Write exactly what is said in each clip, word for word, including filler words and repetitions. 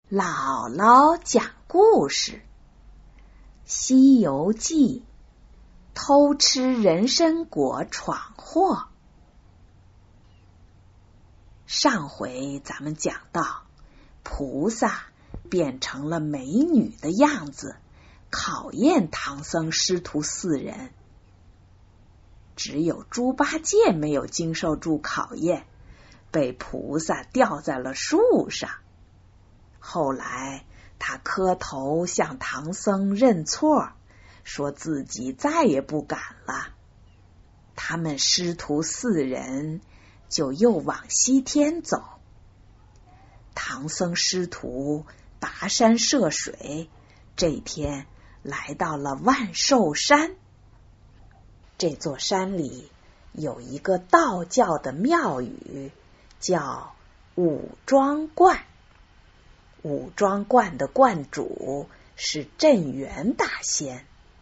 姥姥讲故事，《西游记》偷吃人参果闯祸。上回咱们讲到，菩萨变成了美女的样子，考验唐僧师徒四人。只有猪八戒没有经受住考验，被菩萨吊在了树上。后来他磕头向唐僧认错，说自己再也不敢了。他们师徒四人就又往西天走。唐僧师徒跋山涉水，这天来到了万寿山。这座山里有一个道教的庙宇，叫武庄观。武庄观的观主是镇元大仙。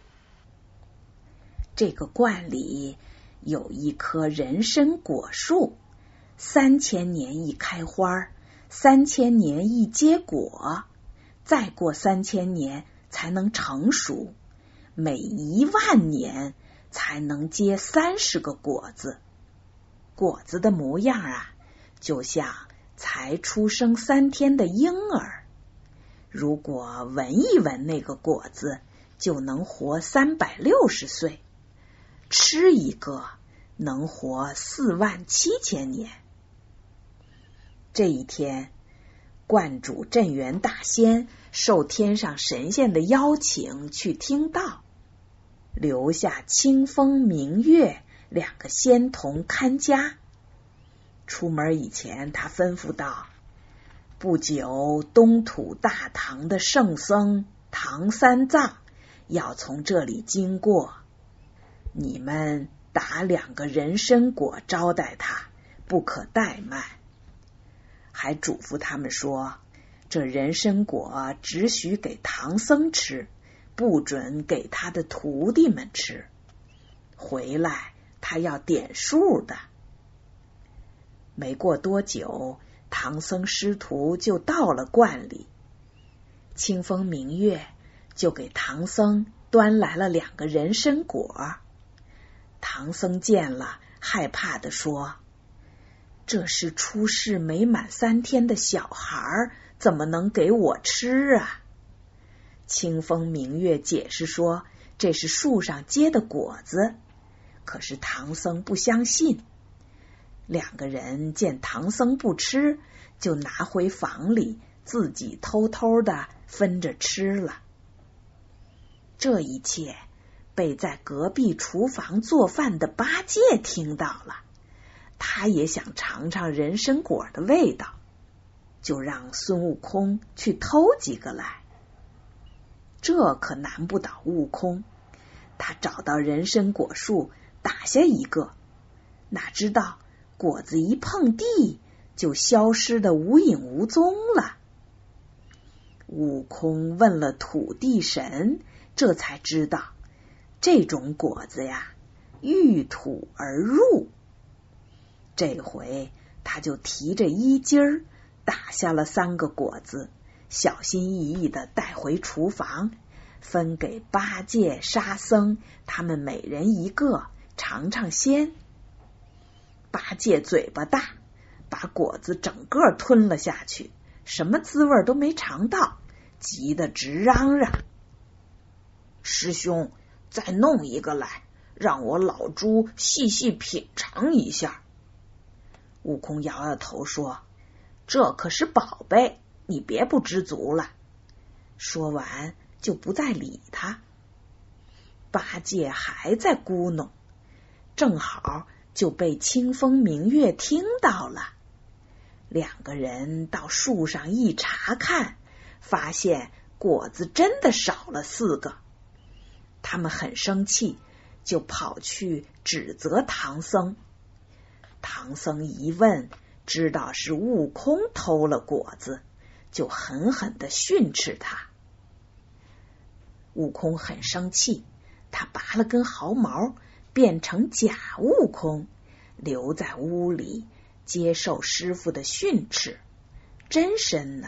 这个观里有一棵人参果树，三千年一开花，三千年一结果，再过三千年才能成熟，每一万年才能结三十个果子。果子的模样啊，就像才出生三天的婴儿。如果闻一闻那个果子，就能活三百六十岁，吃一个能活四万七千年。这一天，观主镇元大仙受天上神仙的邀请去听道，留下清风明月两个仙童看家。出门以前，他吩咐道：不久，东土大唐的圣僧唐三藏要从这里经过，你们打两个人参果招待他，不可怠慢。还嘱咐他们说，这人参果只许给唐僧吃，不准给他的徒弟们吃。回来他要点数的。没过多久，唐僧师徒就到了观里。清风明月就给唐僧端来了两个人参果。唐僧见了，害怕地说：这是出世没满三天的小孩，怎么能给我吃啊？清风明月解释说，这是树上结的果子。可是唐僧不相信。两个人见唐僧不吃，就拿回房里，自己偷偷的分着吃了。这一切被在隔壁厨房做饭的八戒听到了，他也想尝尝人参果的味道，就让孙悟空去偷几个来。这可难不倒悟空，他找到人参果树，打下一个，哪知道果子一碰地，就消失得无影无踪了。悟空问了土地神，这才知道这种果子呀，遇土而入。这回他就提着衣襟儿，打下了三个果子，小心翼翼地带回厨房，分给八戒、沙僧他们每人一个，尝尝鲜。八戒嘴巴大，把果子整个吞了下去，什么滋味都没尝到，急得直嚷嚷：师兄，再弄一个来，让我老猪细细品尝一下。悟空摇摇头说：这可是宝贝，你别不知足了。说完就不再理他。八戒还在咕哝，正好就被清风明月听到了。两个人到树上一查看，发现果子真的少了四个。他们很生气，就跑去指责唐僧。唐僧一问，知道是悟空偷了果子，就狠狠地训斥他。悟空很生气，他拔了根毫毛，变成假悟空，留在屋里接受师傅的训斥。真身呢，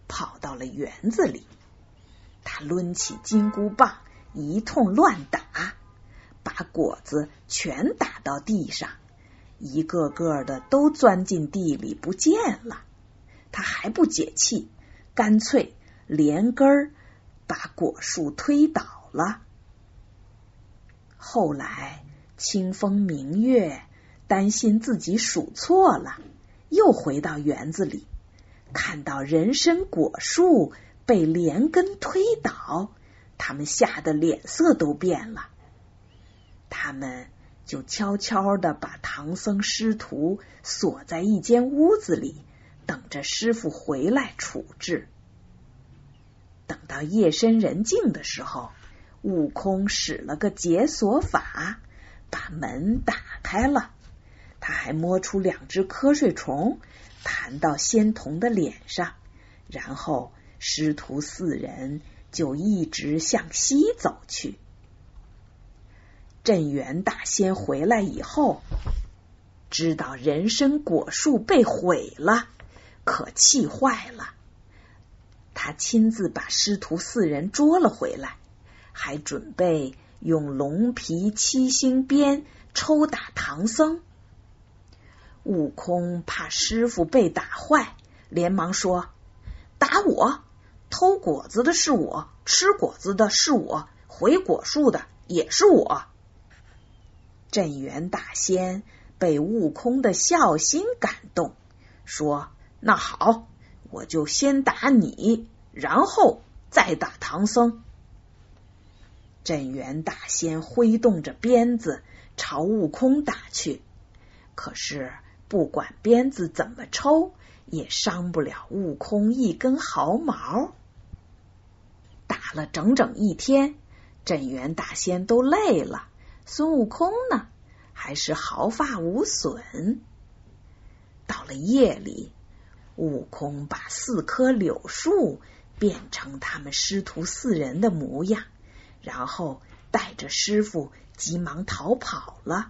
跑到了园子里。他抡起金箍棒一通乱打，把果子全打到地上，一个个的都钻进地里不见了。他还不解气，干脆连根儿把果树推倒了。后来清风明月担心自己数错了，又回到园子里，看到人参果树被连根推倒，他们吓得脸色都变了。他们就悄悄地把唐僧师徒锁在一间屋子里，等着师傅回来处置。等到夜深人静的时候，悟空使了个解锁法，把门打开了。他还摸出两只瞌睡虫，弹到仙童的脸上，然后师徒四人就一直向西走去。镇元大仙回来以后，知道人参果树被毁了，可气坏了。他亲自把师徒四人捉了回来，还准备用龙皮七星鞭抽打唐僧。悟空怕师傅被打坏，连忙说：打我！偷果子的是我，吃果子的是我，毁果树的也是我。镇元大仙被悟空的孝心感动，说：那好，我就先打你，然后再打唐僧。镇元大仙挥动着鞭子朝悟空打去，可是不管鞭子怎么抽，也伤不了悟空一根毫毛。打了整整一天，镇元大仙都累了，孙悟空呢，还是毫发无损。到了夜里，悟空把四棵柳树变成他们师徒四人的模样，然后带着师傅急忙逃跑了。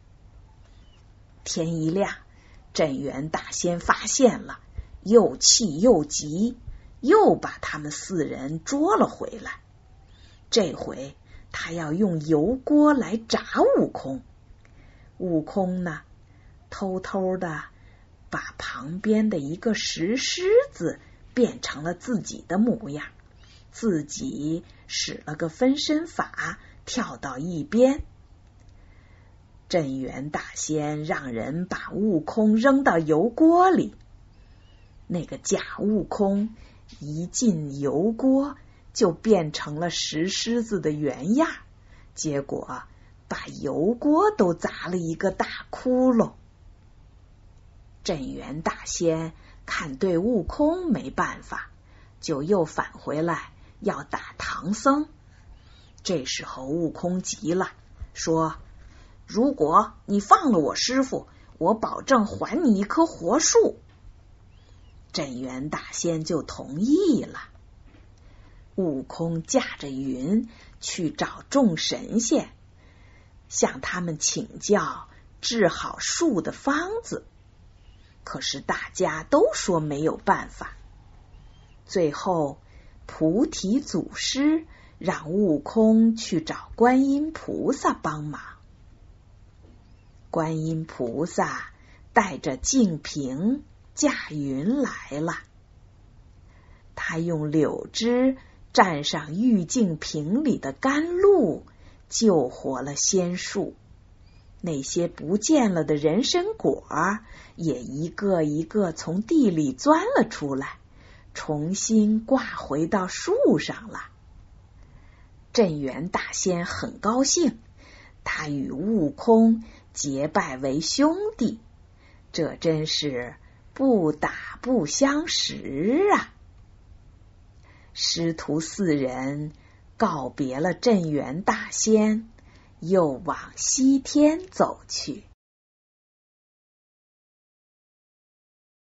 天一亮，镇元大仙发现了，又气又急，又把他们四人捉了回来。这回他要用油锅来炸悟空。悟空呢，偷偷的把旁边的一个石狮子变成了自己的模样，自己使了个分身法，跳到一边。镇元大仙让人把悟空扔到油锅里，那个假悟空一进油锅就变成了石狮子的原样，结果把油锅都砸了一个大窟窿。镇元大仙看对悟空没办法，就又返回来要打唐僧。这时候悟空急了，说：如果你放了我师傅，我保证还你一棵活树。镇元大仙就同意了。悟空驾着云去找众神仙，向他们请教治好树的方子，可是大家都说没有办法。最后菩提祖师让悟空去找观音菩萨帮忙。观音菩萨带着净瓶驾云来了，他用柳枝蘸上玉净瓶里的甘露，救活了仙树。那些不见了的人参果也一个一个从地里钻了出来，重新挂回到树上了。镇元大仙很高兴，他与悟空结拜为兄弟，这真是不打不相识啊！师徒四人告别了镇元大仙，又往西天走去。